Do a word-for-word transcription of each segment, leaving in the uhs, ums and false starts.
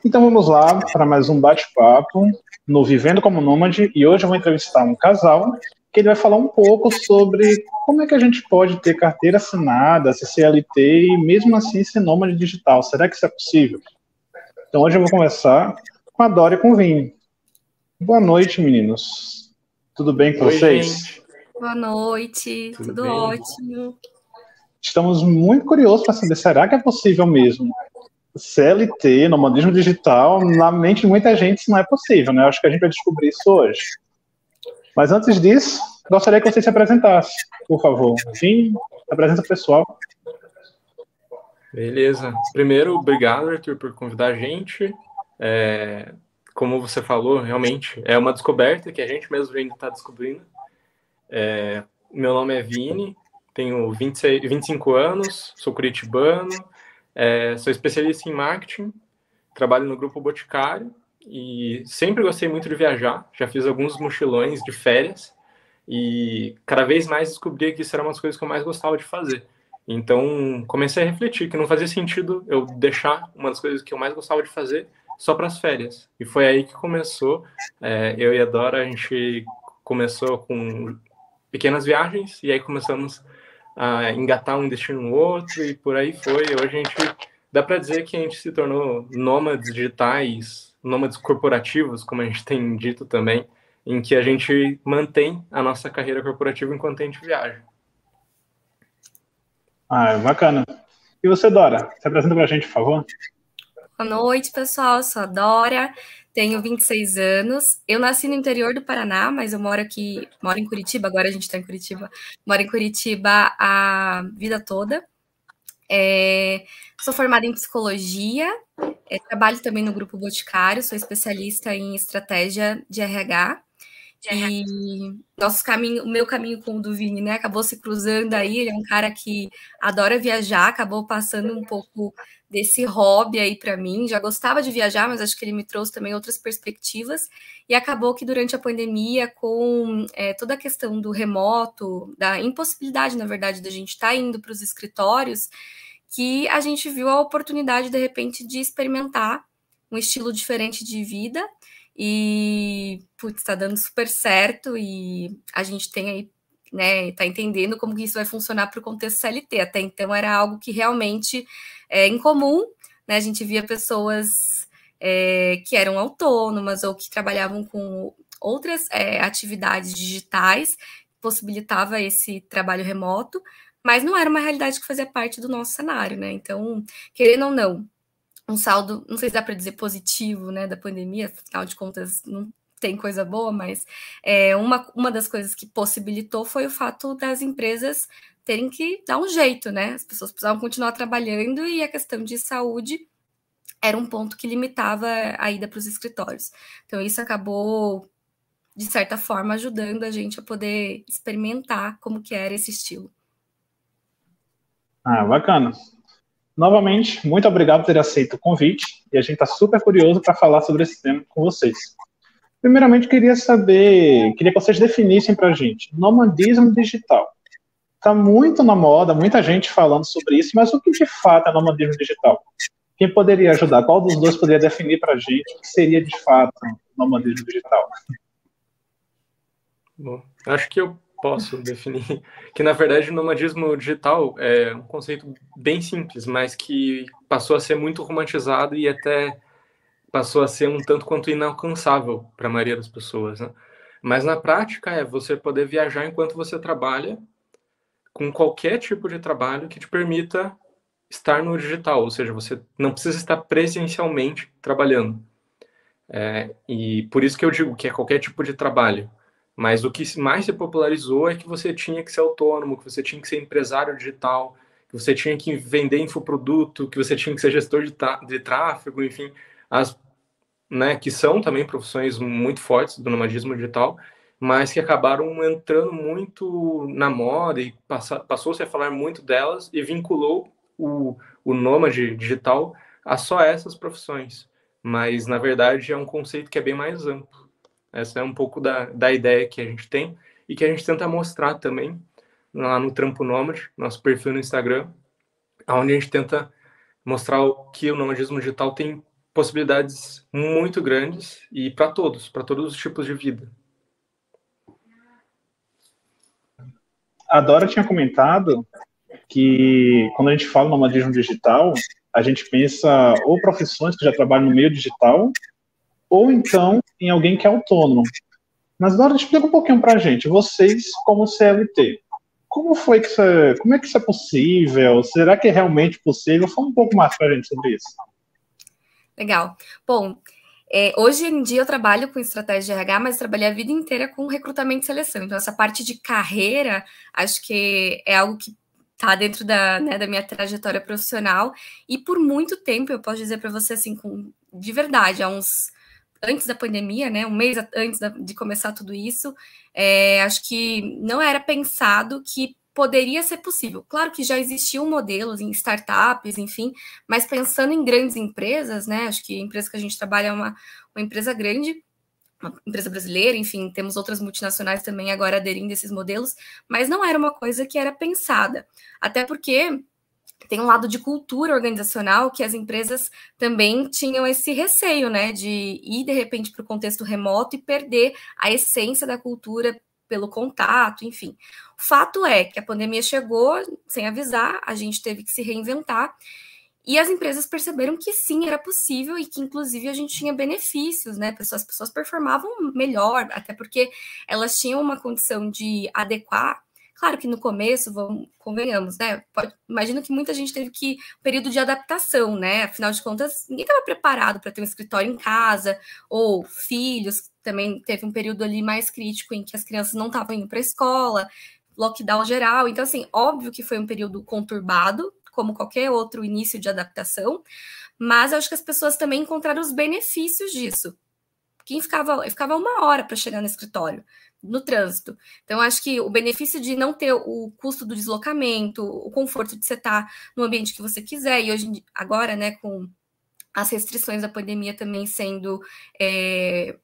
Então vamos lá para mais um bate-papo no Vivendo como Nômade, e hoje eu vou entrevistar um casal que ele vai falar um pouco sobre como é que a gente pode ter carteira assinada, ser C L T e mesmo assim ser nômade digital. Será que isso é possível? Então hoje eu vou conversar com a Dora e com o Vini. Boa noite, meninos. Tudo bem com Oi, vocês? Gente. Boa noite, tudo, tudo ótimo. Estamos muito curiosos para saber, será que é possível mesmo? C L T, nomadismo digital, na mente de muita gente isso não é possível, né? Acho que a gente vai descobrir isso hoje. Mas antes disso, gostaria que você se apresentasse, por favor. Vim, apresenta o pessoal. Beleza. Primeiro, obrigado, Arthur, por convidar a gente. É, como você falou, realmente é uma descoberta que a gente mesmo ainda está descobrindo. É, meu nome é Vini, tenho vinte e seis, vinte e cinco anos, sou curitibano, é, sou especialista em marketing, trabalho no Grupo Boticário e sempre gostei muito de viajar. Já fiz alguns mochilões de férias e cada vez mais descobri que isso era uma das coisas que eu mais gostava de fazer. Então, comecei a refletir que não fazia sentido eu deixar uma das coisas que eu mais gostava de fazer só para as férias. E foi aí que começou. É, eu e a Dora, a gente começou com pequenas viagens e aí começamos a engatar um destino no outro e por aí foi. Hoje a gente, dá para dizer que a gente se tornou nômades digitais, nômades corporativos, como a gente tem dito também, em que a gente mantém a nossa carreira corporativa enquanto a gente viaja. Ah, bacana. E você, Dora? Se apresenta para a gente, por favor. Boa noite, pessoal. Eu sou a Dora, tenho vinte e seis anos. Eu nasci no interior do Paraná, mas eu moro aqui, moro em Curitiba, agora a gente está em Curitiba. Moro em Curitiba a vida toda. É, sou formada em psicologia, é, trabalho também no Grupo Boticário, sou especialista em estratégia de R H. E nosso caminho, o meu caminho com o do Vini, né, acabou se cruzando aí. Ele é um cara que adora viajar, acabou passando um pouco desse hobby aí para mim. Já gostava de viajar, mas acho que ele me trouxe também outras perspectivas. E acabou que durante a pandemia, com é, toda a questão do remoto, da impossibilidade, na verdade, da gente estar tá indo para os escritórios, que a gente viu a oportunidade, de repente, de experimentar um estilo diferente de vida. E, putz, tá dando super certo e a gente tem aí, né, tá entendendo como que isso vai funcionar para o contexto C L T. Até então era algo que realmente é incomum, né, a gente via pessoas é, que eram autônomas ou que trabalhavam com outras é, atividades digitais, possibilitava esse trabalho remoto, mas não era uma realidade que fazia parte do nosso cenário, né, então, querendo ou não, um saldo, não sei se dá para dizer positivo, né, da pandemia, afinal de contas não tem coisa boa, mas é, uma, uma das coisas que possibilitou foi o fato das empresas terem que dar um jeito, né, as pessoas precisavam continuar trabalhando e a questão de saúde era um ponto que limitava a ida para os escritórios. Então isso acabou, de certa forma, ajudando a gente a poder experimentar como que era esse estilo. Ah, bacana. Novamente, muito obrigado por ter aceito o convite e a gente está super curioso para falar sobre esse tema com vocês. Primeiramente, queria saber, queria que vocês definissem para a gente, nomadismo digital. Está muito na moda, muita gente falando sobre isso, mas o que de fato é nomadismo digital? Quem poderia ajudar? Qual dos dois poderia definir para a gente o que seria de fato nomadismo digital? Bom, acho que eu posso definir que, na verdade, o nomadismo digital é um conceito bem simples, mas que passou a ser muito romantizado e até passou a ser um tanto quanto inalcançável para a maioria das pessoas, né? Mas, na prática, é você poder viajar enquanto você trabalha com qualquer tipo de trabalho que te permita estar no digital, ou seja, você não precisa estar presencialmente trabalhando. É, e por isso que eu digo que é qualquer tipo de trabalho. Mas o que mais se popularizou é que você tinha que ser autônomo, que você tinha que ser empresário digital, que você tinha que vender infoproduto, que você tinha que ser gestor de, de tráfego, enfim, as, né, que são também profissões muito fortes do nomadismo digital, mas que acabaram entrando muito na moda e passou-se a falar muito delas e vinculou o, o nômade digital a só essas profissões. Mas, na verdade, é um conceito que é bem mais amplo. Essa é um pouco da, da ideia que a gente tem e que a gente tenta mostrar também lá no Trampo Nômade, nosso perfil no Instagram, onde a gente tenta mostrar que o nomadismo digital tem possibilidades muito grandes e para todos, para todos os tipos de vida. A Dora tinha comentado que quando a gente fala no nomadismo digital, a gente pensa ou profissões que já trabalham no meio digital, ou então em alguém que é autônomo. Mas Dora, explica um pouquinho para a gente, vocês como C L T, como foi que isso é, como é que isso é possível? Será que é realmente possível? Fala um pouco mais para a gente sobre isso. Legal. Bom, é, hoje em dia eu trabalho com estratégia de R H, mas trabalhei a vida inteira com recrutamento e seleção. Então, essa parte de carreira, acho que é algo que está dentro da, né, da minha trajetória profissional. E por muito tempo, eu posso dizer para você, assim, com, de verdade, há uns... antes da pandemia, né, um mês antes de começar tudo isso, é, acho que não era pensado que poderia ser possível. Claro que já existiam modelos em startups, enfim, mas pensando em grandes empresas, né, acho que a empresa que a gente trabalha é uma, uma empresa grande, uma empresa brasileira, enfim, temos outras multinacionais também agora aderindo a esses modelos, mas não era uma coisa que era pensada. Até porque tem um lado de cultura organizacional que as empresas também tinham esse receio, né, de ir, de repente, para o contexto remoto e perder a essência da cultura pelo contato, enfim. O fato é que a pandemia chegou sem avisar, a gente teve que se reinventar, e as empresas perceberam que sim, era possível e que, inclusive, a gente tinha benefícios, né, as pessoas performavam melhor, até porque elas tinham uma condição de adequar. Claro que no começo, vamos, convenhamos, né? Pode, imagino que muita gente teve que período de adaptação, né? Afinal de contas, ninguém estava preparado para ter um escritório em casa, ou filhos, também teve um período ali mais crítico em que as crianças não estavam indo para a escola, lockdown geral. Então, assim, óbvio que foi um período conturbado, como qualquer outro início de adaptação, mas eu acho que as pessoas também encontraram os benefícios disso. Quem ficava, ficava uma hora para chegar no escritório, no trânsito. Então, acho que o benefício de não ter o custo do deslocamento, o conforto de você estar no ambiente que você quiser, e hoje, agora, né, com as restrições da pandemia também sendo é,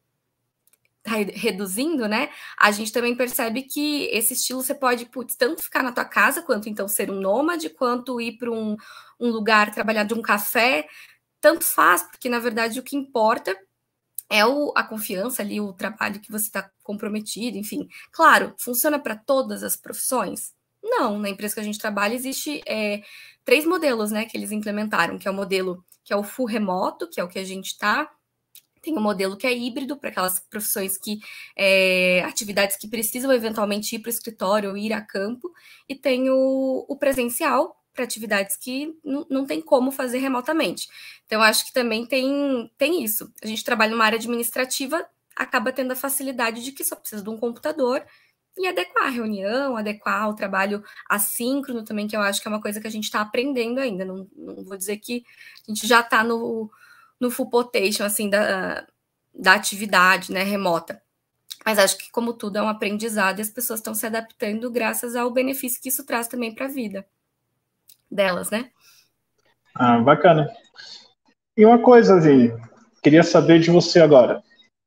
reduzindo, né, a gente também percebe que esse estilo você pode, putz, tanto ficar na tua casa, quanto então ser um nômade, quanto ir para um, um lugar, trabalhar de um café, tanto faz, porque na verdade o que importa é o, a confiança ali, o trabalho que você está comprometido, enfim. Claro, funciona para todas as profissões? Não, na empresa que a gente trabalha existe é, três modelos, né, que eles implementaram, que é o modelo que é o full remoto, que é o que a gente está, tem o modelo que é híbrido, para aquelas profissões que, é, atividades que precisam eventualmente ir para o escritório ou ir a campo, e tem o, o presencial, para atividades que não, não tem como fazer remotamente. Então, acho que também tem, tem isso. A gente trabalha numa área administrativa, acaba tendo a facilidade de que só precisa de um computador e adequar a reunião, adequar o trabalho assíncrono também, que eu acho que é uma coisa que a gente está aprendendo ainda. Não, não vou dizer que a gente já está no, no full potential, assim, da, da atividade, né, remota. Mas acho que, como tudo, é um aprendizado e as pessoas estão se adaptando graças ao benefício que isso traz também para a vida delas, né? Ah, bacana. E uma coisa, assim, queria saber de você agora.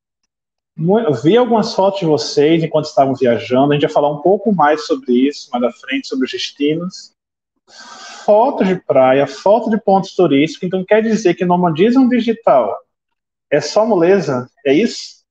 Eu vi algumas fotos de vocês enquanto estavam viajando, a gente vai falar um pouco mais sobre isso, mais à frente, sobre os destinos. Fotos de praia, foto de pontos turísticos, então quer dizer que nomadismo digital é só moleza? É isso?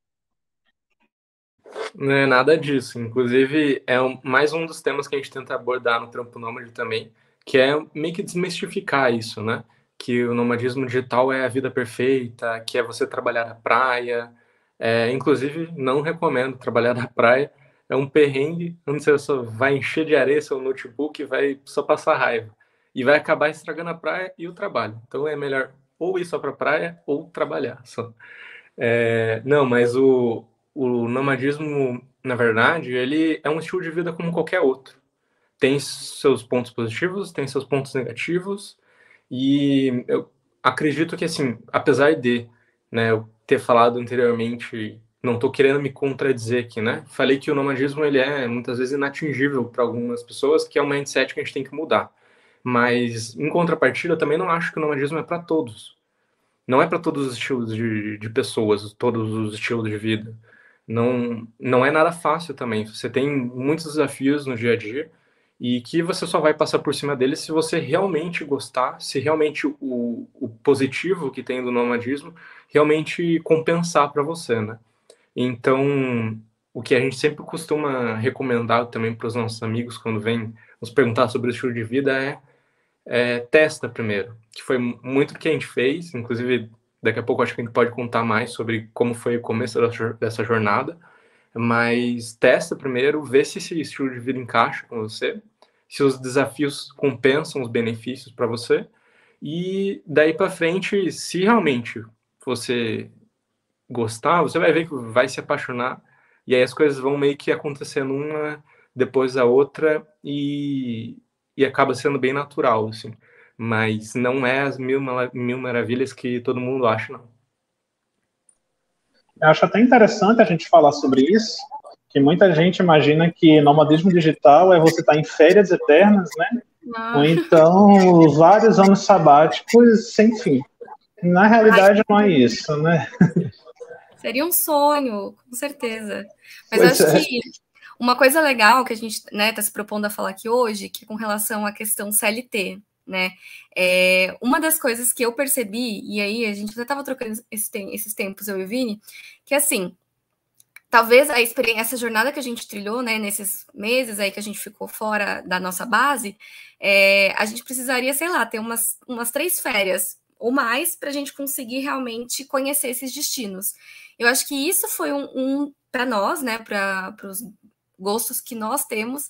Não é nada disso. Inclusive, é um, mais um dos temas que a gente tenta abordar no Trampo Nômade também, que é meio que desmistificar isso, né? Que o nomadismo digital é a vida perfeita, que é você trabalhar na praia. É, inclusive, não recomendo trabalhar na praia. É um perrengue, onde você só vai encher de areia seu notebook e vai só passar raiva. E vai acabar estragando a praia e o trabalho. Então, é melhor ou ir só para a praia ou trabalhar só. É, não, mas o, o nomadismo, na verdade, ele é um estilo de vida como qualquer outro. Tem seus pontos positivos, tem seus pontos negativos, e eu acredito que, assim, apesar de, né, eu ter falado anteriormente, não estou querendo me contradizer aqui, né? Falei que o nomadismo, ele é, muitas vezes, inatingível para algumas pessoas, que é um mindset que a gente tem que mudar. Mas, em contrapartida, eu também não acho que o nomadismo é para todos. Não é para todos os estilos de, de pessoas, todos os estilos de vida. Não, não é nada fácil também. Você tem muitos desafios no dia a dia, e que você só vai passar por cima dele se você realmente gostar, se realmente o, o positivo que tem do nomadismo realmente compensar para você, né? Então, o que a gente sempre costuma recomendar também para os nossos amigos quando vêm nos perguntar sobre o estilo de vida é, é testa primeiro, que foi muito o que a gente fez, inclusive daqui a pouco acho que a gente pode contar mais sobre como foi o começo dessa jornada, mas testa primeiro, vê se esse estilo de vida encaixa com você, se os desafios compensam os benefícios para você, e daí para frente, se realmente você gostar, você vai ver que vai se apaixonar, e aí as coisas vão meio que acontecendo uma depois da outra, e, e acaba sendo bem natural, assim. Mas não é as mil, mil maravilhas que todo mundo acha, não. Eu acho até interessante a gente falar sobre isso, que muita gente imagina que nomadismo digital é você estar em férias eternas, né? Ah. Ou então vários anos sabáticos sem fim. Na realidade, Ai, não é isso, né? Seria um sonho, com certeza. Mas pois acho é. que uma coisa legal que a gente, né, está se propondo a falar aqui hoje, que é com relação à questão C L T, né? É, uma das coisas que eu percebi, e aí a gente até estava trocando esse, esses tempos, eu e o Vini, que assim, talvez a experiência, essa jornada que a gente trilhou, né, nesses meses aí que a gente ficou fora da nossa base, é, a gente precisaria, sei lá, ter umas, umas três férias ou mais para a gente conseguir realmente conhecer esses destinos. Eu acho que isso foi um, um para nós, né, para os gostos que nós temos,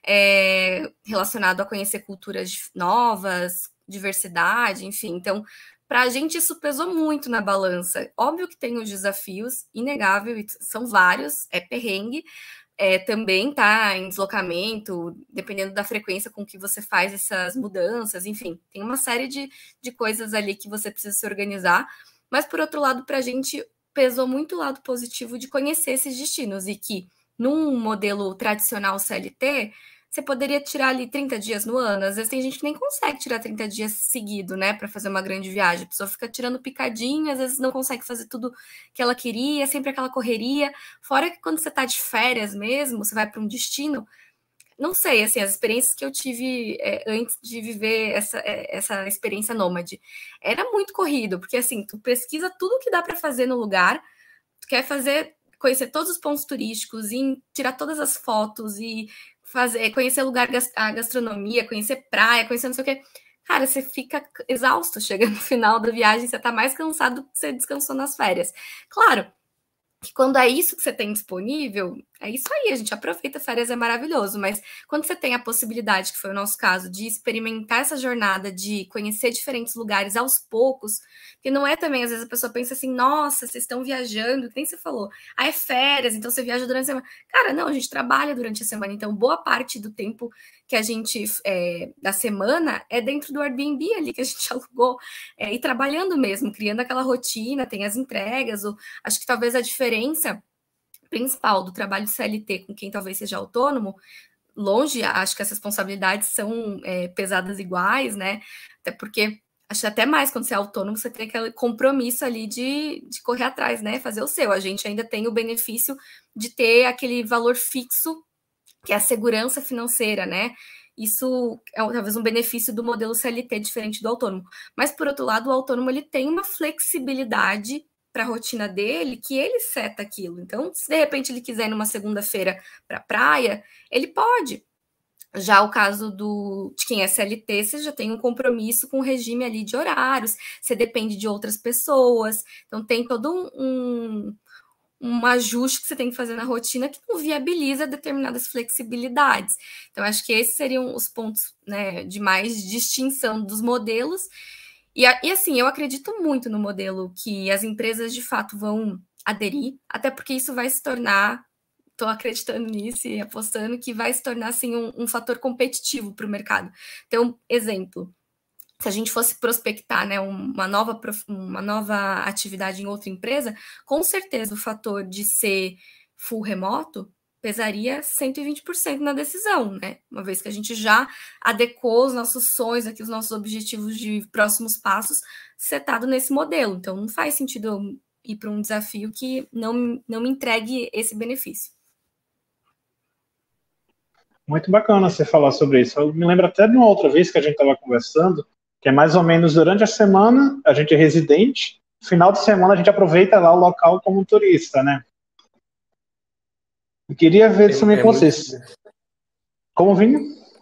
é, relacionado a conhecer culturas novas, diversidade, enfim. Então, para a gente isso pesou muito na balança. Óbvio que tem os desafios, inegável, são vários, é perrengue, é, também tá em deslocamento, dependendo da frequência com que você faz essas mudanças, enfim, tem uma série de, de coisas ali que você precisa se organizar, mas por outro lado, para a gente pesou muito o lado positivo de conhecer esses destinos, e que num modelo tradicional C L T, você poderia tirar ali trinta dias no ano. Às vezes tem gente que nem consegue tirar trinta dias seguido, né, para fazer uma grande viagem. A pessoa fica tirando picadinho, às vezes não consegue fazer tudo que ela queria, sempre aquela correria. Fora que quando você tá de férias mesmo, você vai para um destino, não sei, assim, as experiências que eu tive é, antes de viver essa, é, essa experiência nômade, era muito corrido, porque assim, tu pesquisa tudo que dá para fazer no lugar, tu quer fazer, conhecer todos os pontos turísticos, e tirar todas as fotos, e fazer, conhecer lugar, a gastronomia, conhecer praia, conhecer não sei o quê. Cara, você fica exausto, chega no final da viagem, você tá mais cansado do que você descansou nas férias. Claro que quando é isso que você tem disponível, é isso aí, a gente aproveita, férias é maravilhoso, mas quando você tem a possibilidade, que foi o nosso caso, de experimentar essa jornada, de conhecer diferentes lugares aos poucos, que não é também, às vezes a pessoa pensa assim, nossa, vocês estão viajando, que nem você falou, ah, é férias, então você viaja durante a semana. Cara, não, a gente trabalha durante a semana, então boa parte do tempo que a gente, é, da semana, é dentro do Airbnb ali que a gente alugou, é, e trabalhando mesmo, criando aquela rotina, tem as entregas, ou, acho que talvez a diferença principal do trabalho C L T com quem talvez seja autônomo, longe, acho que as responsabilidades são é, pesadas iguais, né? Até porque, acho até mais, quando você é autônomo, você tem aquele compromisso ali de, de correr atrás, né? Fazer o seu. A gente ainda tem o benefício de ter aquele valor fixo, que é a segurança financeira, né? Isso é talvez um benefício do modelo C L T diferente do autônomo. Mas, por outro lado, o autônomo ele tem uma flexibilidade para a rotina dele, que ele seta aquilo. Então, se de repente ele quiser ir numa segunda-feira para a praia, ele pode. Já o caso do, de quem é C L T, você já tem um compromisso com o regime ali de horários, você depende de outras pessoas, então tem todo um, um, um ajuste que você tem que fazer na rotina que não viabiliza determinadas flexibilidades. Então, acho que esses seriam os pontos, né, de mais distinção dos modelos. E, e assim, eu acredito muito no modelo que as empresas de fato vão aderir, até porque isso vai se tornar, estou acreditando nisso e apostando que vai se tornar assim, um, um fator competitivo para o mercado. Então, exemplo, se a gente fosse prospectar, né, uma, nova, uma nova atividade em outra empresa, com certeza o fator de ser full remoto pesaria cento e vinte por cento na decisão, né? Uma vez que a gente já adequou os nossos sonhos, aqui, os nossos objetivos de próximos passos, setado nesse modelo. Então, não faz sentido eu ir para um desafio que não, não me entregue esse benefício. Muito bacana você falar sobre isso. Eu me lembro até de uma outra vez que a gente estava conversando, que é mais ou menos durante a semana, a gente é residente, final de semana a gente aproveita lá o local como turista, né? Eu queria ver É, também é com muito, vocês. Como vinho?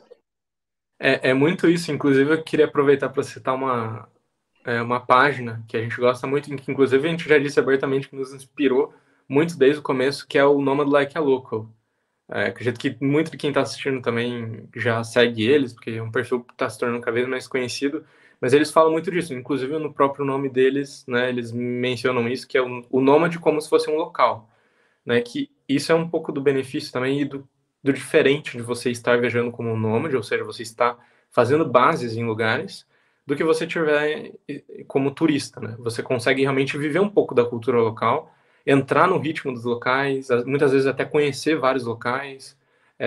é, é muito isso. Inclusive, eu queria aproveitar para citar uma, é, uma página que a gente gosta muito, que inclusive a gente já disse abertamente que nos inspirou muito desde o começo, que é o Nomad Like a Local. É, acredito que muito de quem está assistindo também já segue eles, porque é um perfil que está se tornando cada vez mais conhecido, mas eles falam muito disso, inclusive no próprio nome deles, né, eles mencionam isso, que é o, o nômade como se fosse um local, né, que isso é um pouco do benefício também e do, do diferente de você estar viajando como um nômade, ou seja, você está fazendo bases em lugares, do que você tiver como turista, né, você consegue realmente viver um pouco da cultura local, entrar no ritmo dos locais, muitas vezes até conhecer vários locais,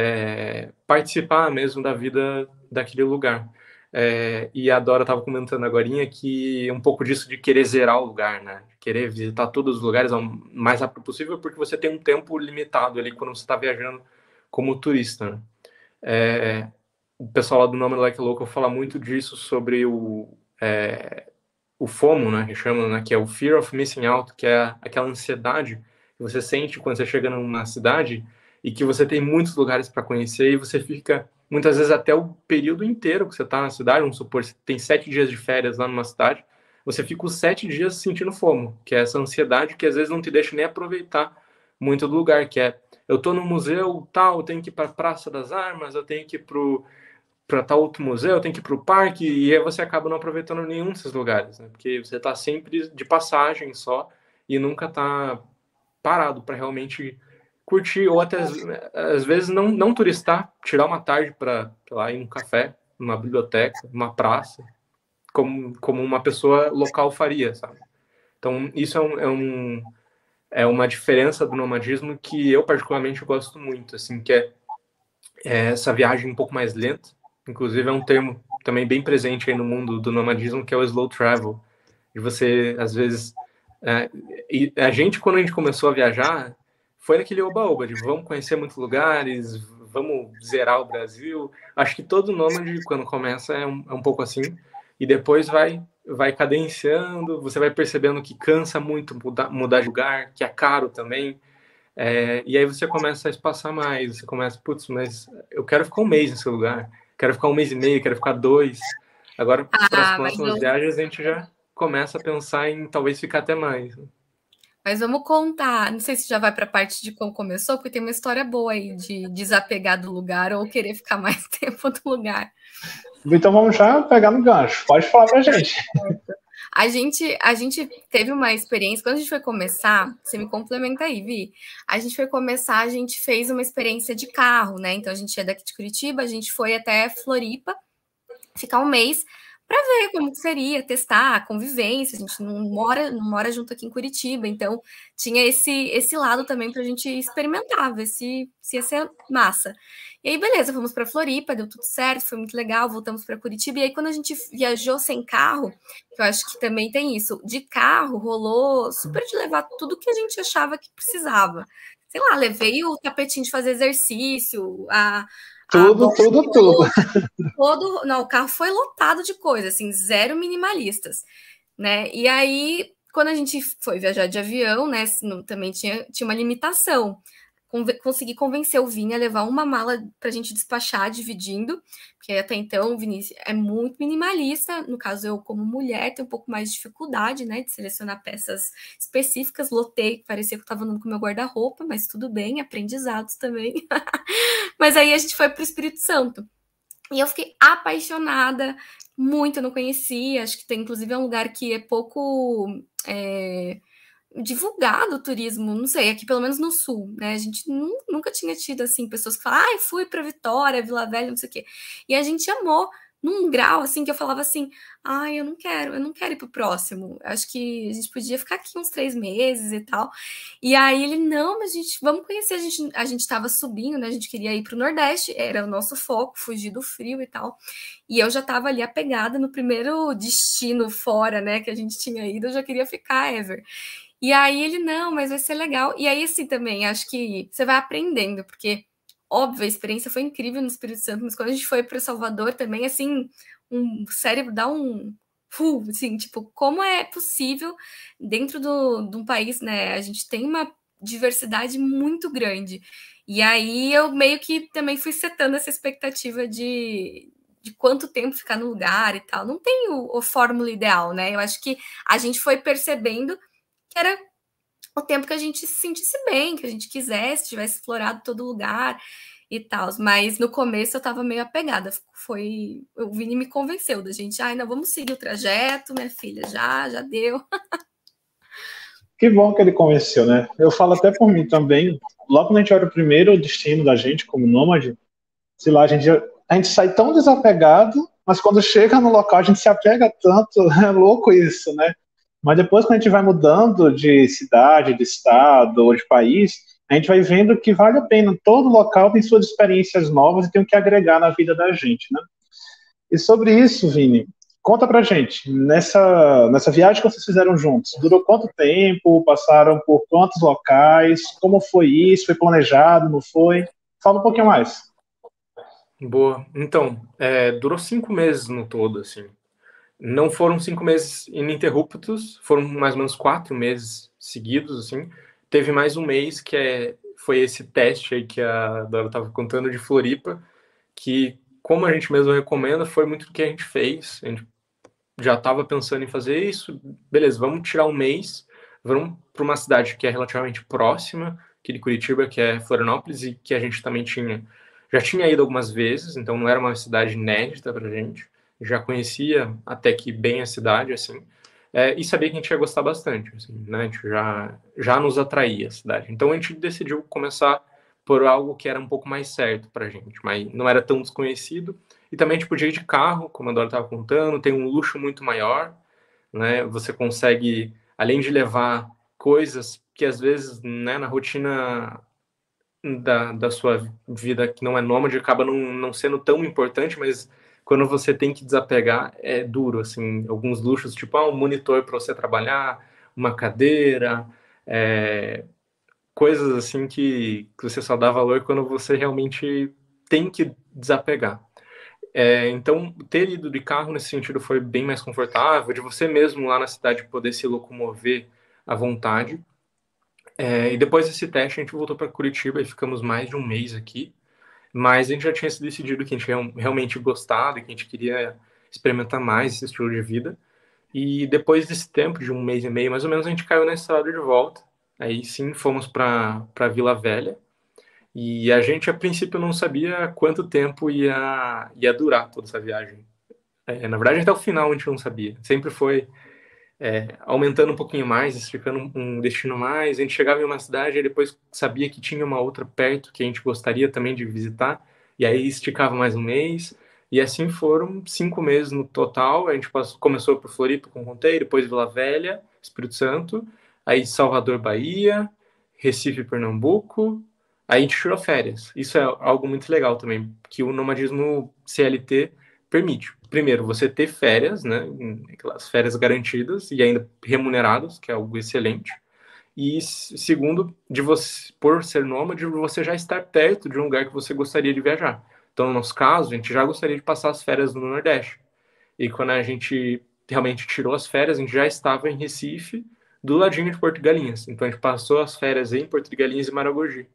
é, participar mesmo da vida daquele lugar. É, e a Dora estava comentando agora que um pouco disso de querer zerar o lugar, né? Querer visitar todos os lugares o mais rápido possível, porque você tem um tempo limitado ali quando você está viajando como turista, né? É, o pessoal lá do Nomad Like a Local fala muito disso sobre o... É, o FOMO, né, que chama, né, que é o Fear of Missing Out, que é aquela ansiedade que você sente quando você chega numa cidade e que você tem muitos lugares para conhecer e você fica, muitas vezes, até o período inteiro que você está na cidade, vamos supor, você tem sete dias de férias lá numa cidade, você fica os sete dias sentindo FOMO, que é essa ansiedade que às vezes não te deixa nem aproveitar muito do lugar, que é, eu tô no museu tal, eu tenho que ir para a Praça das Armas, eu tenho que ir pro para tal outro museu, tem que ir para o parque, e aí você acaba não aproveitando nenhum desses lugares, né? Porque você está sempre de passagem só e nunca está parado para realmente curtir, ou até às vezes não, não turistar, tirar uma tarde para lá ir num café, numa biblioteca, numa praça, como, como uma pessoa local faria, sabe? Então, isso é, um, é, um, é uma diferença do nomadismo que eu particularmente gosto muito, assim, que é, é essa viagem um pouco mais lenta. Inclusive, é um termo também bem presente aí no mundo do nomadismo, que é o slow travel. E você, às vezes... É, e a gente, quando a gente começou a viajar, foi naquele oba-oba de vamos conhecer muitos lugares, vamos zerar o Brasil. Acho que todo nômade, quando começa, é um, é um pouco assim. E depois vai, vai cadenciando, você vai percebendo que cansa muito mudar, mudar de lugar, que é caro também. É, e aí você começa a espaçar mais, você começa, putz, mas eu quero ficar um mês nesse lugar, quero ficar um mês e meio, quero ficar dois. Agora, para as Ah, mas próximas eu... viagens, a gente já começa a pensar em talvez ficar até mais. Mas vamos contar, não sei se já vai para a parte de como começou, porque tem uma história boa aí de desapegar do lugar ou querer ficar mais tempo no lugar. Então vamos já pegar no gancho. Pode falar pra gente. A gente, a gente teve uma experiência, quando a gente foi começar, você me complementa aí, Vi. A gente foi começar, a gente fez uma experiência de carro, né? Então a gente é daqui de Curitiba, a gente foi até Floripa, ficar um mês para ver como seria, testar a convivência. A gente não mora, não mora junto aqui em Curitiba, então tinha esse, esse lado também para a gente experimentar, ver se, se ia ser massa. E aí, beleza, fomos para Floripa, deu tudo certo, foi muito legal, voltamos para Curitiba. E aí, quando a gente viajou sem carro, que eu acho que também tem isso, de carro rolou super de levar tudo que a gente achava que precisava. Sei lá, levei o tapetinho de fazer exercício, a, Tudo, tudo, tudo. Todo, não, o carro foi lotado de coisa, assim, zero minimalistas, né? E aí, quando a gente foi viajar de avião, né, também tinha, tinha uma limitação. Consegui convencer o Vini a levar uma mala para a gente despachar, dividindo, porque até então o Vinícius é muito minimalista. No caso, eu, como mulher, tenho um pouco mais de dificuldade, né, de selecionar peças específicas. Lotei, parecia que eu estava andando com meu guarda-roupa, mas tudo bem, aprendizados também. Mas aí a gente foi para o Espírito Santo. E eu fiquei apaixonada, muito, eu não conhecia, acho que tem, inclusive, é um lugar que é pouco é, divulgado o turismo, não sei, aqui pelo menos no Sul, né, a gente nunca tinha tido, assim, pessoas que falam, ai, ah, fui para Vitória, Vila Velha, não sei o quê, e a gente amou, num grau, assim, que eu falava assim, ai, eu não quero, eu não quero ir pro próximo, acho que a gente podia ficar aqui uns três meses e tal, e aí ele, não, mas a gente, vamos conhecer, a gente, a gente tava subindo, né, a gente queria ir pro Nordeste, era o nosso foco, fugir do frio e tal, e eu já tava ali apegada no primeiro destino fora, né, que a gente tinha ido, eu já queria ficar ever. E aí ele, não, mas vai ser legal, e aí assim também, acho que você vai aprendendo, porque óbvio, a experiência foi incrível no Espírito Santo, mas quando a gente foi para Salvador também, assim, um cérebro dá um... Uh, assim, tipo, como é possível dentro do, de um país, né? A gente tem uma diversidade muito grande. E aí eu meio que também fui setando essa expectativa de, de quanto tempo ficar no lugar e tal. Não tem o, o fórmula ideal, né? Eu acho que a gente foi percebendo que era o tempo que a gente se sentisse bem, que a gente quisesse, tivesse explorado todo lugar e tal. Mas no começo eu tava meio apegada. Foi, o Vini me convenceu da gente, ai, não, vamos seguir o trajeto, minha filha, já, já deu. Que bom que ele convenceu, né? Eu falo até por mim também. Logo quando a gente olha o primeiro destino da gente como nômade, sei lá, a gente, a gente sai tão desapegado, mas quando chega no local a gente se apega tanto, é louco isso, né? Mas depois quando a gente vai mudando de cidade, de estado ou de país, a gente vai vendo que vale a pena. Todo local tem suas experiências novas e tem o que agregar na vida da gente, né? E sobre isso, Vini, conta pra gente, nessa, nessa viagem que vocês fizeram juntos, durou quanto tempo, passaram por quantos locais, como foi isso, foi planejado, não foi? Fala um pouquinho mais. Boa. Então, é, durou cinco meses no todo, assim. Não foram cinco meses ininterruptos, foram mais ou menos quatro meses seguidos, assim. Teve mais um mês que é, foi esse teste aí que a Dora estava contando de Floripa, que, como a gente mesmo recomenda, foi muito do que a gente fez. A gente já estava pensando em fazer isso, beleza, vamos tirar um mês, vamos para uma cidade que é relativamente próxima, aqui de Curitiba, que é Florianópolis, e que a gente também tinha, já tinha ido algumas vezes, então não era uma cidade inédita para a gente, já conhecia até que bem a cidade, assim, é, e sabia que a gente ia gostar bastante, assim, né, a gente já, já nos atraía a cidade. Então a gente decidiu começar por algo que era um pouco mais certo para a gente, mas não era tão desconhecido. E também a gente podia ir de carro, como a Dora estava contando, tem um luxo muito maior, né? Você consegue, além de levar coisas que às vezes, né, na rotina da, da sua vida que não é nômade, acaba não, não sendo tão importante, mas quando você tem que desapegar, é duro, assim, alguns luxos, tipo ah, um monitor para você trabalhar, uma cadeira, é, coisas assim que, que você só dá valor quando você realmente tem que desapegar. É, então, ter ido de carro nesse sentido foi bem mais confortável, de você mesmo lá na cidade poder se locomover à vontade. É, e depois desse teste, a gente voltou para Curitiba e ficamos mais de um mês aqui. Mas a gente já tinha se decidido que a gente realmente gostava e que a gente queria experimentar mais esse estilo de vida. E depois desse tempo, de um mês e meio mais ou menos, a gente caiu na estrada de volta. Aí sim, fomos para Vila Velha. E a gente, a princípio, não sabia quanto tempo ia, ia durar toda essa viagem. É, na verdade, até o final a gente não sabia. Sempre foi é, aumentando um pouquinho mais, esticando um destino mais. A gente chegava em uma cidade e depois sabia que tinha uma outra perto que a gente gostaria também de visitar. E aí esticava mais um mês. E assim foram cinco meses no total. A gente passou, começou por Floripa, como contei, depois Vila Velha, Espírito Santo, aí Salvador, Bahia, Recife, Pernambuco. Aí a gente tirou férias. Isso é algo muito legal também, que o nomadismo C L T permite. Primeiro, você ter férias, né? Aquelas férias garantidas e ainda remuneradas, que é algo excelente. E segundo, de você, por ser nômade, você já estar perto de um lugar que você gostaria de viajar. Então, no nosso caso, a gente já gostaria de passar as férias no Nordeste. E quando a gente realmente tirou as férias, a gente já estava em Recife, do ladinho de Porto de Galinhas. Então, a gente passou as férias em Porto de Galinhas e Maragogi.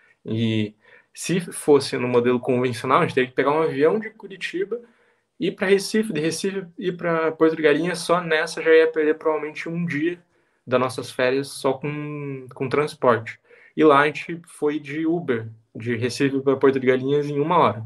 E se fosse no modelo convencional, a gente teria que pegar um avião de Curitiba, ir para Recife, de Recife ir para Porto de Galinhas, só nessa já ia perder provavelmente um dia das nossas férias só com, com transporte. E lá a gente foi de Uber, de Recife para Porto de Galinhas em uma hora.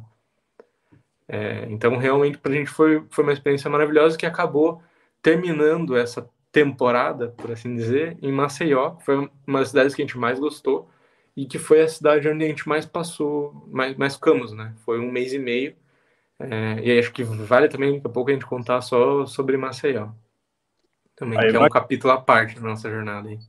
É, então, realmente, para a gente foi, foi uma experiência maravilhosa que acabou terminando essa temporada, por assim dizer, em Maceió. Foi uma das cidades que a gente mais gostou e que foi a cidade onde a gente mais passou, mais, mais ficamos, né? Foi um mês e meio. É, e acho que vale também daqui a pouco a gente contar só sobre Maceió. Também, aí que é vai... um capítulo à parte da nossa jornada aí.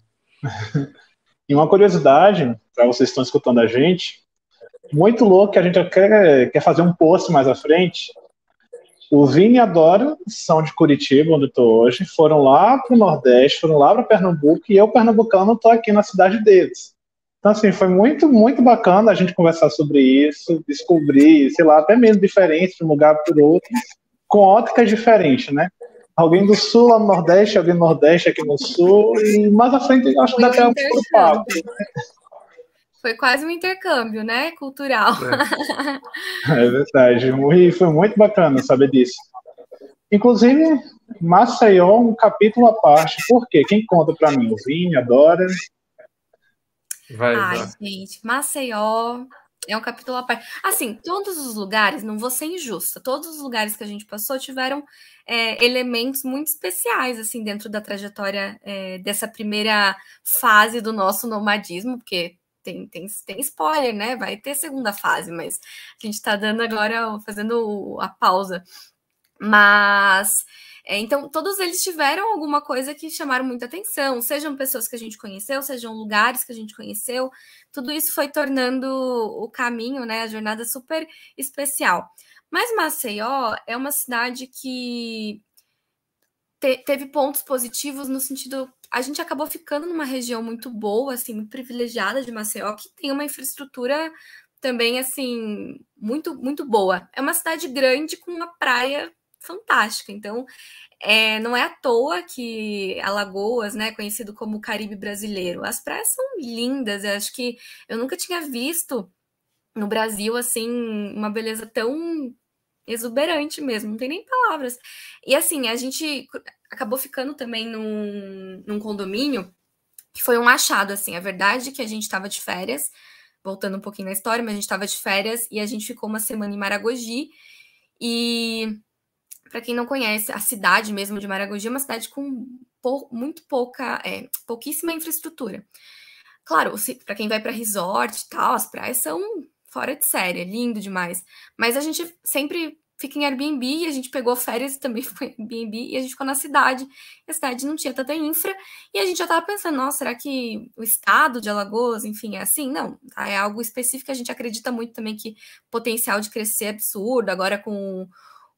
E uma curiosidade, para vocês que estão escutando a gente, muito louco, que a gente quer, quer fazer um post mais à frente. O Vini e a Dora são de Curitiba, onde eu estou hoje, foram lá para o Nordeste, foram lá para Pernambuco, e eu, pernambucano, estou aqui na cidade deles. Então, assim, foi muito, muito bacana a gente conversar sobre isso, descobrir, sei lá, até mesmo diferenças de um lugar para o outro, com óticas diferentes, né? Alguém do Sul lá no Nordeste, alguém do Nordeste aqui no Sul, e mais à frente eu acho que Foi dá um até um outro papo. intercâmbio. Foi quase um intercâmbio, né? Cultural. É verdade, e foi muito bacana saber disso. Inclusive, Maceió, um capítulo à parte. Por quê? Quem conta para mim? O Vini, a Dora. Vai, Ai, vai. gente, Maceió é um capítulo à parte. Assim, todos os lugares, não vou ser injusta, todos os lugares que a gente passou tiveram é, elementos muito especiais, assim, dentro da trajetória é, dessa primeira fase do nosso nomadismo, porque tem, tem, tem spoiler, né? Vai ter segunda fase, mas a gente tá dando agora, fazendo a pausa. Mas, é, então, todos eles tiveram alguma coisa que chamaram muita atenção, sejam pessoas que a gente conheceu, sejam lugares que a gente conheceu, tudo isso foi tornando o caminho, né, a jornada super especial. Mas Maceió é uma cidade que te, teve pontos positivos no sentido, a gente acabou ficando numa região muito boa, assim, muito privilegiada de Maceió, que tem uma infraestrutura também, assim, muito, muito boa. É uma cidade grande com uma praia fantástica. Então, é, não é à toa que Alagoas, né, conhecido como Caribe brasileiro, as praias são lindas. Eu acho que eu nunca tinha visto no Brasil assim uma beleza tão exuberante mesmo, não tem nem palavras. E assim, a gente acabou ficando também num, num condomínio que foi um achado, assim. A verdade é que a gente estava de férias, voltando um pouquinho na história, mas a gente estava de férias e a gente ficou uma semana em Maragogi. E para quem não conhece, a cidade mesmo de Maragogi é uma cidade com pou, muito pouca, é, pouquíssima infraestrutura. Claro, para quem vai para resort e tal, as praias são fora de série, é lindo demais. Mas a gente sempre fica em Airbnb, e a gente pegou férias e também ficou em Airbnb, e a gente ficou na cidade. E a cidade não tinha tanta infra, e a gente já tava pensando, nossa, será que o estado de Alagoas, enfim, é assim? Não, é algo específico, a gente acredita muito também que potencial de crescer é absurdo, agora com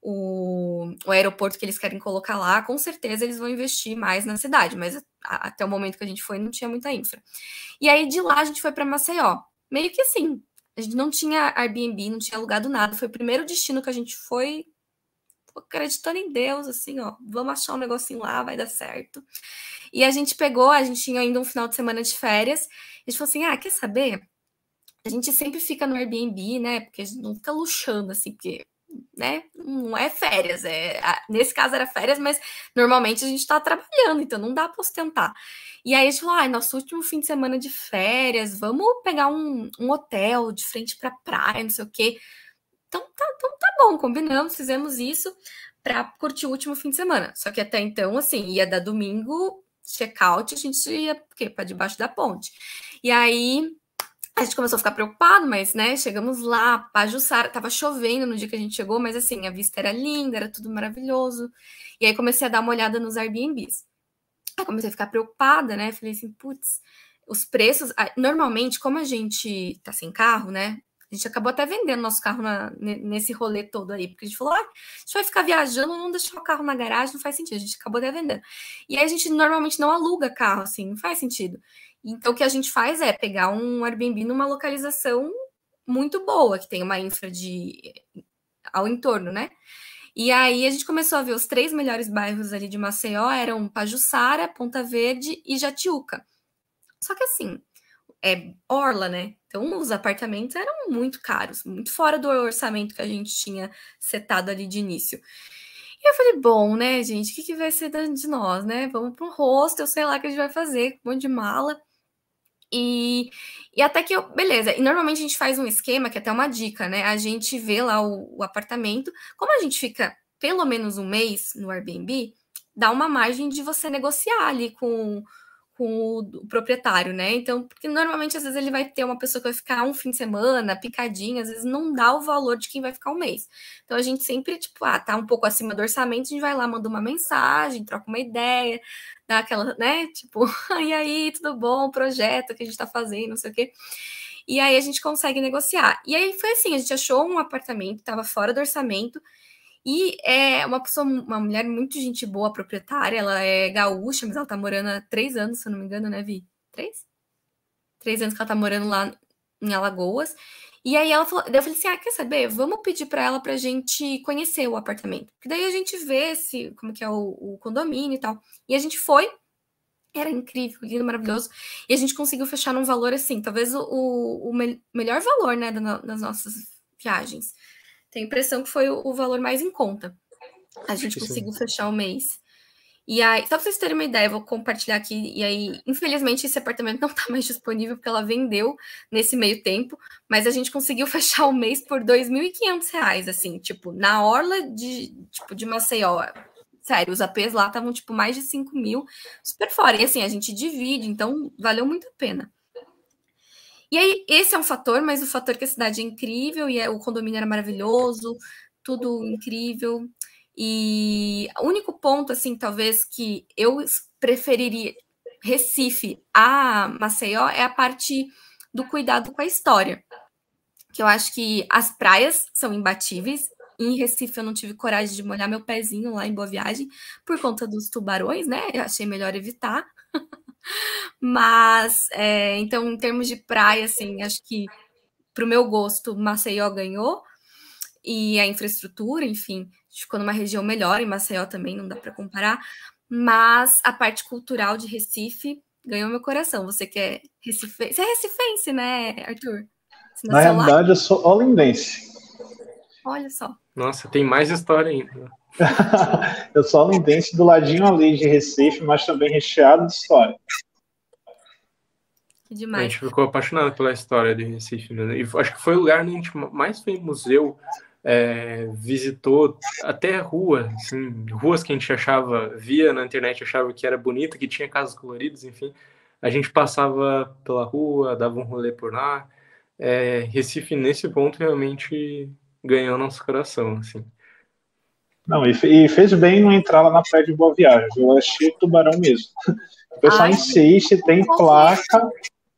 o, o aeroporto que eles querem colocar lá, com certeza eles vão investir mais na cidade, mas a, até o momento que a gente foi não tinha muita infra. E aí de lá a gente foi para Maceió, meio que assim, a gente não tinha Airbnb, não tinha alugado nada, foi o primeiro destino que a gente foi acreditando em Deus, assim, ó, vamos achar um negocinho lá, vai dar certo. E a gente pegou, a gente tinha ainda um final de semana de férias, a gente falou assim, ah, quer saber? A gente sempre fica no Airbnb, né, porque a gente não fica luxando, assim, porque, né, não é férias, é, nesse caso era férias, mas normalmente a gente tá trabalhando, então não dá para ostentar. E aí a gente falou, ah, nosso último fim de semana de férias, vamos pegar um, um hotel de frente pra praia, não sei o quê. Então tá, então tá bom, combinamos, fizemos isso para curtir o último fim de semana. Só que até então, assim, ia dar domingo, check-out, a gente ia para debaixo da ponte. E aí a gente começou a ficar preocupado, mas, né, chegamos lá, Pajuçara, tava chovendo no dia que a gente chegou, mas assim, a vista era linda, era tudo maravilhoso. E aí comecei a dar uma olhada nos Airbnbs. Aí comecei a ficar preocupada, né? Falei assim, putz, os preços. Normalmente, como a gente tá sem carro, né? A gente acabou até vendendo nosso carro na, nesse rolê todo aí, porque a gente falou, ah, a gente vai ficar viajando, não deixar o carro na garagem, não faz sentido. A gente acabou até vendendo. E aí a gente normalmente não aluga carro, assim, não faz sentido. Então o que a gente faz é pegar um Airbnb numa localização muito boa, que tem uma infra de ao entorno, né? E aí a gente começou a ver os três melhores bairros ali de Maceió, eram Pajuçara, Ponta Verde e Jatiuca. Só que assim, é orla, né? Então os apartamentos eram muito caros, muito fora do orçamento que a gente tinha setado ali de início. E eu falei, bom, né, gente, o que, que vai ser de nós, né? Vamos para um hostel, sei lá o que a gente vai fazer, um monte de mala. E, e até que eu, beleza, e normalmente a gente faz um esquema, que é até uma dica, né? A gente vê lá o, o apartamento, como a gente fica pelo menos um mês no Airbnb, dá uma margem de você negociar ali com, com o, o proprietário, né? Então, porque normalmente às vezes ele vai ter uma pessoa que vai ficar um fim de semana, picadinha, às vezes não dá o valor de quem vai ficar um mês. Então a gente sempre, tipo, ah, tá um pouco acima do orçamento, a gente vai lá, manda uma mensagem, troca uma ideia, dá aquela, né, tipo, e aí, tudo bom, projeto que a gente tá fazendo, não sei o quê. E aí a gente consegue negociar. E aí foi assim, a gente achou um apartamento, tava fora do orçamento, e é uma pessoa, uma mulher muito gente boa, proprietária, ela é gaúcha, mas ela tá morando há três anos, se eu não me engano, né, Vi? Três? três anos que ela tá morando lá em Alagoas. E aí ela falou, daí eu falei assim, ah, quer saber? Vamos pedir para ela pra gente conhecer o apartamento. Porque daí a gente vê se, como que é o, o condomínio e tal. E a gente foi, era incrível, lindo, maravilhoso. E a gente conseguiu fechar num valor assim, talvez o, o, o me melhor valor, né, das nossas viagens. Tenho a impressão que foi o, o valor mais em conta. A gente conseguiu fechar o mês. E aí, só pra vocês terem uma ideia, eu vou compartilhar aqui. E aí, infelizmente, esse apartamento não tá mais disponível porque ela vendeu nesse meio tempo. Mas a gente conseguiu fechar o mês por dois mil e quinhentos reais, assim, tipo, na orla de, tipo, de Maceió. Sério, os A Pês lá estavam, tipo, mais de cinco mil, super fora. E assim, a gente divide, então valeu muito a pena. E aí, esse é um fator, mas o fator que a cidade é incrível e é, o condomínio era maravilhoso, tudo incrível. E o único ponto, assim, talvez que eu preferiria Recife a Maceió é a parte do cuidado com a história. Que eu acho que as praias são imbatíveis. Em Recife eu não tive coragem de molhar meu pezinho lá em Boa Viagem por conta dos tubarões, né? Eu achei melhor evitar. Mas, é, então, em termos de praia, assim, acho que pro meu gosto, Maceió ganhou. E a infraestrutura, enfim, ficou numa região melhor, em Maceió também, não dá para comparar, mas a parte cultural de Recife ganhou meu coração. Você que é recifense, você é recifense, né, Arthur? Você Na realidade, lá? Eu sou olindense. Olha só. Nossa, tem mais história ainda. Eu sou olindense do ladinho ali de Recife, mas também recheado de história. Que demais. A gente ficou apaixonado pela história de Recife, né? E acho que foi o lugar onde a gente mais foi em museu, é, visitou até rua, assim, ruas que a gente achava, via na internet, achava que era bonita, que tinha casas coloridas, enfim. A gente passava pela rua, dava um rolê por lá. É, Recife, nesse ponto, realmente ganhou nosso coração, assim. Não, e, e fez bem não entrar lá na praia de Boa Viagem, eu achei tubarão mesmo. O pessoal Ai, insiste, tem placa...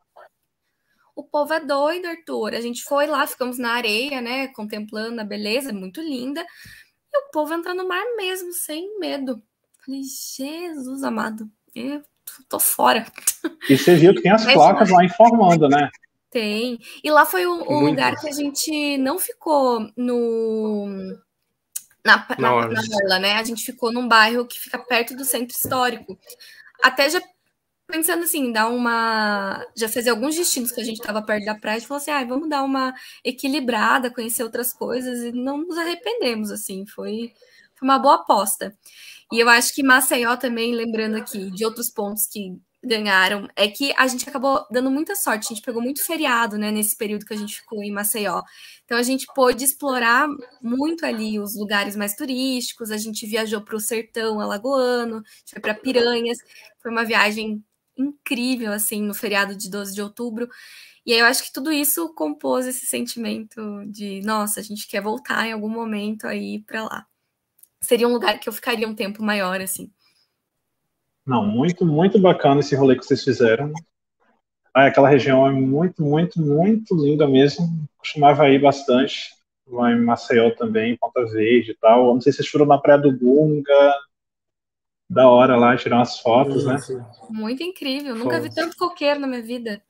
O povo é doido, Arthur. A gente foi lá, ficamos na areia, né? Contemplando a beleza, muito linda. E o povo entra no mar mesmo, sem medo. Falei, Jesus amado, eu tô fora. E você viu que tem as placas lá informando, né? Tem. E lá foi o, o lugar que a gente não ficou no... Na, na, na orla, né? A gente ficou num bairro que fica perto do centro histórico. Até já pensando assim, dar uma... Já fazer alguns destinos que a gente estava perto da praia, a gente falou assim, ah, vamos dar uma equilibrada, conhecer outras coisas, e não nos arrependemos, assim, foi, foi uma boa aposta. E eu acho que Maceió também, lembrando aqui de outros pontos que ganharam, é que a gente acabou dando muita sorte, a gente pegou muito feriado, né, nesse período que a gente ficou em Maceió. Então a gente pôde explorar muito ali os lugares mais turísticos, a gente viajou para o sertão alagoano, a gente foi para Piranhas, foi uma viagem incrível, assim, no feriado de doze de outubro. E aí eu acho que tudo isso compôs esse sentimento de, nossa, a gente quer voltar em algum momento aí para lá. Seria um lugar que eu ficaria um tempo maior, assim. Não, muito, muito bacana esse rolê que vocês fizeram. Ah, aquela região é muito, muito, muito linda mesmo. Costumava ir bastante. Lá em Maceió também, Ponta Verde e tal. Eu não sei se vocês foram na Praia do Gunga. Da hora lá, tirar umas fotos, né? Muito incrível. Nunca vi tanto coqueiro na minha vida.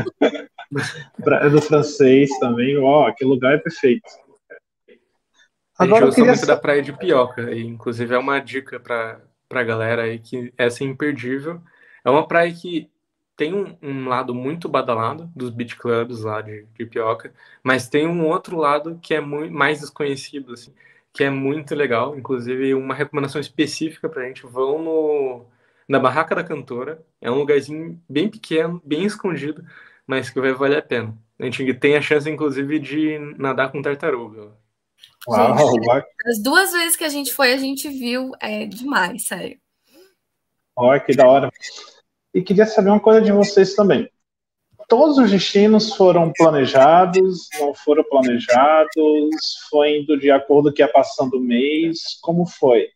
Praia do Francês também. Ó, aquele lugar é perfeito. Agora, a gente gosta muito da Praia de Pioca. E, inclusive, é uma dica para a galera aí que essa é imperdível. É uma praia que tem um, um lado muito badalado dos beach clubs lá de, de Pioca, mas tem um outro lado que é muito mais desconhecido, assim, que é muito legal. Inclusive, uma recomendação específica para a gente, vão no, na Barraca da Cantora. É um lugarzinho bem pequeno, bem escondido, mas que vai valer a pena. A gente tem a chance, inclusive, de nadar com tartaruga. Uau, gente, as duas vezes que a gente foi, a gente viu, é demais, sério. Olha, que da hora. E queria saber uma coisa de vocês também. Todos os destinos foram planejados, não foram planejados, foi indo de acordo com o que ia passando o mês, como foi?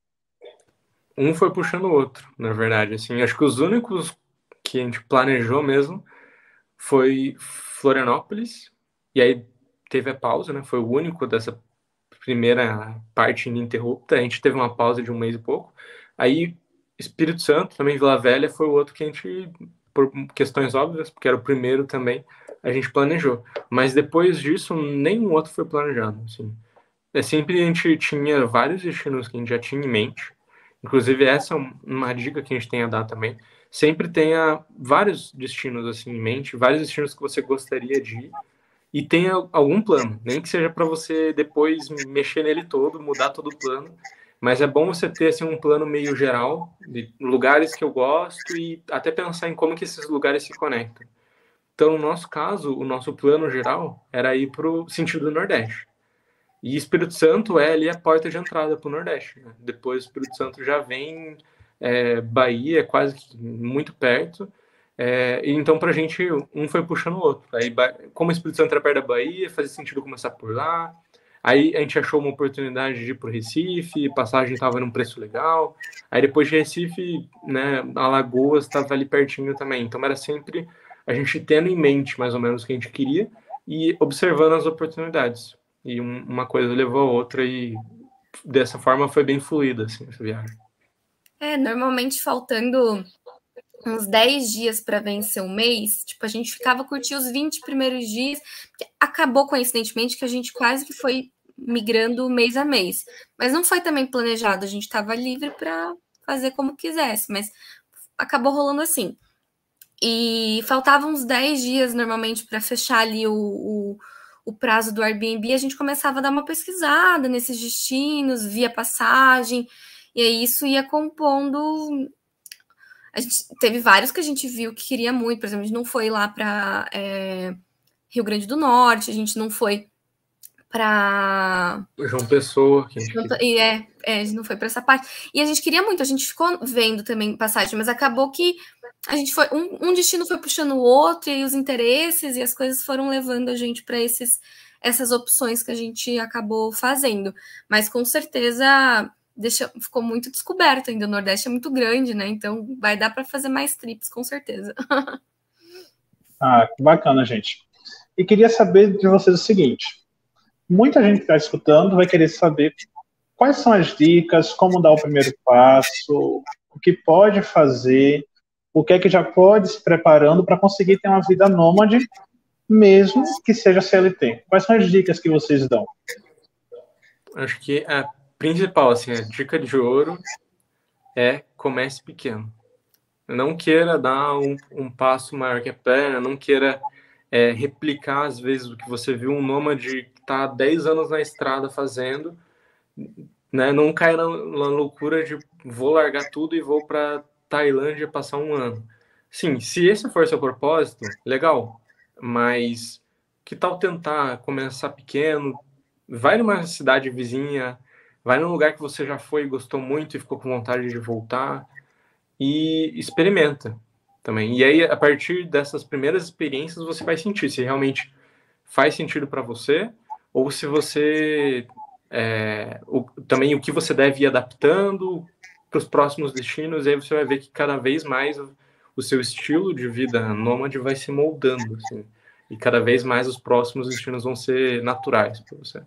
Um foi puxando o outro, na verdade. Assim, acho que os únicos que a gente planejou mesmo foi Florianópolis, e aí teve a pausa, né? Foi o único dessa primeira parte ininterrupta. A gente teve uma pausa de um mês e pouco. Aí Espírito Santo, também Vila Velha, foi o outro que a gente por questões óbvias, porque era o primeiro também, a gente planejou. Mas depois disso, nenhum outro foi planejado, assim. É sempre a gente tinha vários destinos que a gente já tinha em mente. Inclusive, essa é uma dica que a gente tem a dar também. Sempre tenha vários destinos assim em mente, vários destinos que você gostaria de ir, e tenha algum plano, nem que seja para você depois mexer nele todo, mudar todo o plano. Mas é bom você ter assim, um plano meio geral, de lugares que eu gosto, e até pensar em como que esses lugares se conectam. Então, no nosso caso, o nosso plano geral era ir para o sentido do Nordeste. E Espírito Santo é ali a porta de entrada para o Nordeste, né? Depois Espírito Santo já vem é, Bahia, é quase que muito perto. É, e então, para a gente, um foi puxando o outro. Aí, como o Espírito Santo era perto da Bahia, fazia sentido começar por lá. Aí a gente achou uma oportunidade de ir para o Recife, passagem estava num preço legal. Aí depois de Recife, né, Alagoas estava ali pertinho também. Então era sempre a gente tendo em mente mais ou menos o que a gente queria e observando as oportunidades. E um, uma coisa levou a outra e dessa forma foi bem fluida, assim, essa viagem. É, normalmente faltando uns dez dias para vencer um mês, tipo, a gente ficava curtir os vinte primeiros dias, acabou coincidentemente que a gente quase que foi migrando mês a mês, mas não foi também planejado, a gente estava livre para fazer como quisesse, mas acabou rolando assim. E faltavam uns dez dias normalmente para fechar ali o, o, o prazo do Airbnb, a gente começava a dar uma pesquisada nesses destinos, via passagem, e aí isso ia compondo. A gente teve vários que a gente viu que queria muito, por exemplo, a gente não foi lá para é, Rio Grande do Norte, a gente não foi para João Pessoa, que a gente e é, é, a gente não foi para essa parte. E a gente queria muito, a gente ficou vendo também passagem, mas acabou que a gente foi um, um destino foi puxando o outro e os interesses e as coisas foram levando a gente para esses essas opções que a gente acabou fazendo. Mas com certeza deixa, ficou muito descoberto ainda. O Nordeste é muito grande, né? Então vai dar para fazer mais trips, com certeza. Ah, que bacana, gente. E queria saber de vocês o seguinte: muita gente que está escutando vai querer saber quais são as dicas, como dar o primeiro passo, o que pode fazer, o que é que já pode se preparando para conseguir ter uma vida nômade, mesmo que seja C L T. Quais são as dicas que vocês dão? Acho que a principal, assim, a dica de ouro é comece pequeno. Não queira dar um, um passo maior que a perna, não queira é, replicar, às vezes, o que você viu um nômade que está há dez anos na estrada fazendo, né? Não caia na, na loucura de vou largar tudo e vou para Tailândia passar um ano. Sim, se esse for seu propósito, legal, mas que tal tentar começar pequeno, vai numa cidade vizinha, vai num lugar que você já foi e gostou muito e ficou com vontade de voltar e experimenta também. E aí, a partir dessas primeiras experiências, você vai sentir se realmente faz sentido para você ou se você é, o, também o que você deve ir adaptando para os próximos destinos, e aí você vai ver que cada vez mais o, o seu estilo de vida nômade vai se moldando, assim, e cada vez mais os próximos destinos vão ser naturais para você.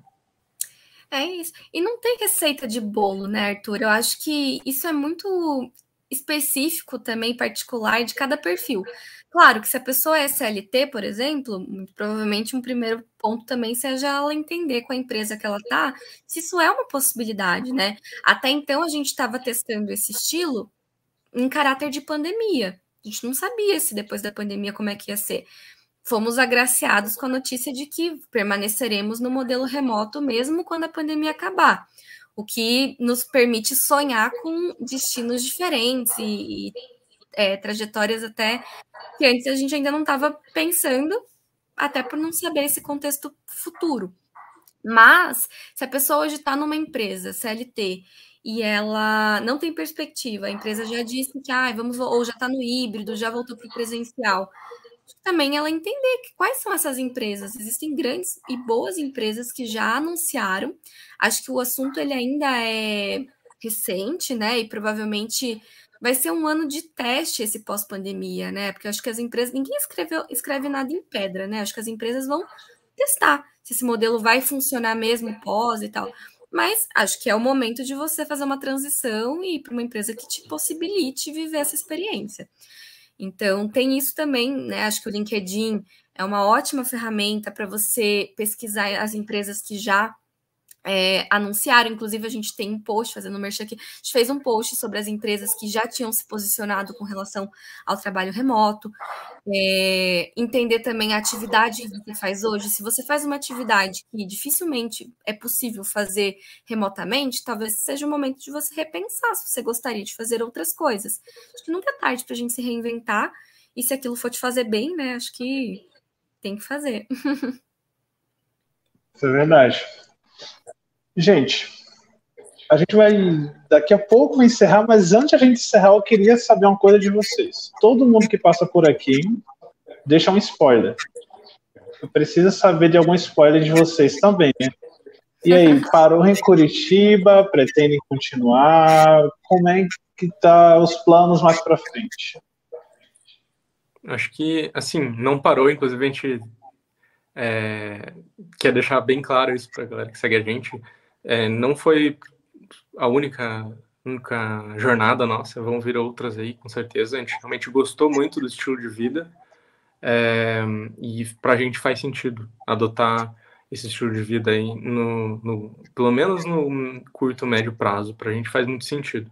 É isso. E não tem receita de bolo, né, Arthur? Eu acho que isso é muito específico também, particular de cada perfil. Claro que se a pessoa é C L T, por exemplo, muito provavelmente um primeiro ponto também seja ela entender com a empresa que ela tá, se isso é uma possibilidade, né? Até então a gente estava testando esse estilo em caráter de pandemia. A gente não sabia se depois da pandemia como é que ia ser. Fomos agraciados com a notícia de que permaneceremos no modelo remoto mesmo quando a pandemia acabar, o que nos permite sonhar com destinos diferentes e, e é, trajetórias até que antes a gente ainda não estava pensando, até por não saber esse contexto futuro. Mas, se a pessoa hoje está numa empresa C L T e ela não tem perspectiva, a empresa já disse que ah, vamos, ou já está no híbrido, já voltou para o presencial, também ela entender que, quais são essas empresas. Existem grandes e boas empresas que já anunciaram. Acho que o assunto ele ainda é recente, né? E provavelmente vai ser um ano de teste esse pós-pandemia, né? Porque acho que as empresas, ninguém escreveu, escreve nada em pedra, né? Acho que as empresas vão testar se esse modelo vai funcionar mesmo pós e tal. Mas acho que é o momento de você fazer uma transição e ir para uma empresa que te possibilite viver essa experiência. Então, tem isso também, né? Acho que o LinkedIn é uma ótima ferramenta para você pesquisar as empresas que já é, anunciaram. Inclusive, a gente tem um post, fazendo um merchan aqui, a gente fez um post sobre as empresas que já tinham se posicionado com relação ao trabalho remoto. É, entender também a atividade que você faz hoje. Se você faz uma atividade que dificilmente é possível fazer remotamente, talvez seja o momento de você repensar se você gostaria de fazer outras coisas. Acho que nunca é tarde para a gente se reinventar, e se aquilo for te fazer bem, né, acho que tem que fazer. Isso é verdade. Gente, a gente vai, daqui a pouco, vai encerrar, mas antes de a gente encerrar, eu queria saber uma coisa de vocês. Todo mundo que passa por aqui deixa um spoiler. Eu preciso saber de algum spoiler de vocês também, né? E aí, parou em Curitiba, pretendem continuar? Como é que tá os planos mais para frente? Acho que, assim, não parou. Inclusive, a gente é, quer deixar bem claro isso para a galera que segue a gente. É, não foi a única, única jornada nossa, vão vir outras aí, com certeza. A gente realmente gostou muito do estilo de vida, é, e para a gente faz sentido adotar esse estilo de vida aí, no, no, pelo menos no curto, médio prazo. Para a gente faz muito sentido.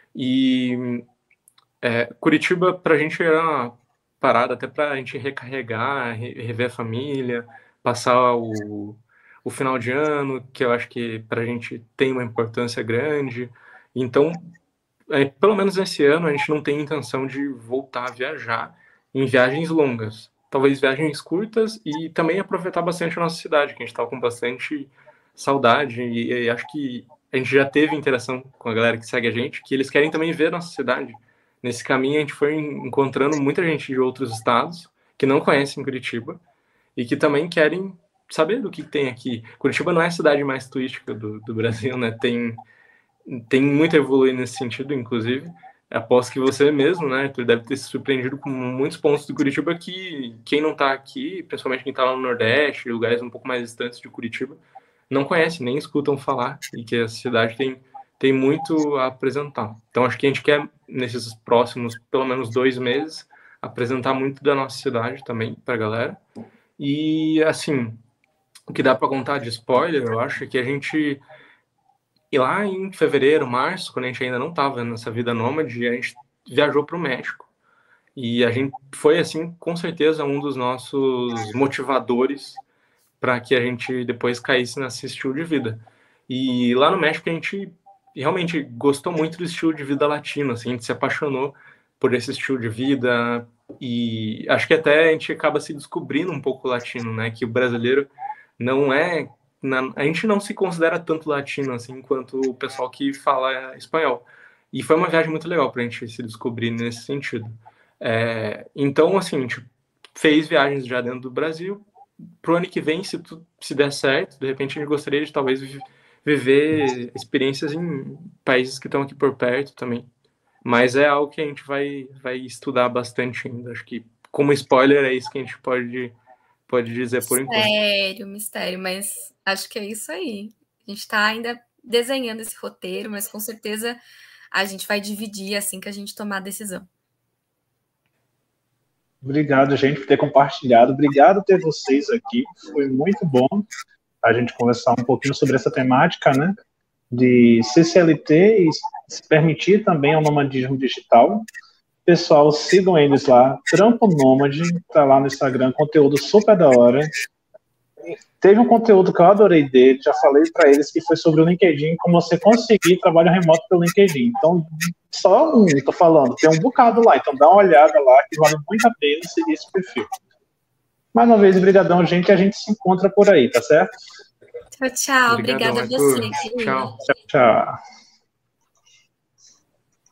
E é, Curitiba, para a gente, era uma parada até para a gente recarregar, rever a família, passar o o final de ano, que eu acho que para a gente tem uma importância grande. Então, é, pelo menos esse ano, a gente não tem intenção de voltar a viajar em viagens longas. Talvez viagens curtas, e também aproveitar bastante a nossa cidade, que a gente estava com bastante saudade, e, e acho que a gente já teve interação com a galera que segue a gente, que eles querem também ver a nossa cidade. Nesse caminho, a gente foi encontrando muita gente de outros estados que não conhecem Curitiba e que também querem saber do que tem aqui. Curitiba não é a cidade mais turística do, do Brasil, né? Tem, tem muito a evoluir nesse sentido, inclusive. Aposto que você mesmo, né, tu deve ter se surpreendido com muitos pontos de Curitiba que quem não tá aqui, principalmente quem tá lá no Nordeste, lugares um pouco mais distantes de Curitiba, não conhece, nem escutam falar, e que a cidade tem, tem muito a apresentar. Então, acho que a gente quer, nesses próximos, pelo menos dois meses, apresentar muito da nossa cidade também pra galera. E, assim, o que dá para contar de spoiler, eu acho, é que a gente, e lá em fevereiro, março, quando a gente ainda não estava nessa vida nômade, a gente viajou para o México. E a gente foi, assim, com certeza, um dos nossos motivadores para que a gente depois caísse nesse estilo de vida. E lá no México a gente realmente gostou muito do estilo de vida latino, assim, a gente se apaixonou por esse estilo de vida, e acho que até a gente acaba se descobrindo um pouco latino, né, que o brasileiro não é, na, a gente não se considera tanto latino assim quanto o pessoal que fala espanhol. E foi uma viagem muito legal para a gente se descobrir nesse sentido. É, então, assim, a gente fez viagens já dentro do Brasil. Pro ano que vem, se tudo se der certo, de repente a gente gostaria de talvez viver experiências em países que estão aqui por perto também. Mas é algo que a gente vai, vai estudar bastante ainda. Acho que, como spoiler, é isso que a gente pode... pode dizer por enquanto. Mistério, mistério, mas acho que é isso aí. A gente está ainda desenhando esse roteiro, mas com certeza a gente vai dividir assim que a gente tomar a decisão. Obrigado, gente, por ter compartilhado. Obrigado por ter vocês aqui. Foi muito bom a gente conversar um pouquinho sobre essa temática, né? De C C L T e se permitir também o nomadismo digital. Pessoal, sigam eles lá, Trampo Nômade, tá lá no Instagram, conteúdo super da hora. Teve um conteúdo que eu adorei dele, já falei para eles, que foi sobre o LinkedIn, como você conseguir trabalho remoto pelo LinkedIn. Então, só um, tô falando, tem um bocado lá, então dá uma olhada lá, que vale muito a pena seguir esse perfil. Mais uma vez, brigadão, gente, e a gente se encontra por aí, tá certo? Tchau, tchau. Obrigada a você. Tchau. Tchau, tchau.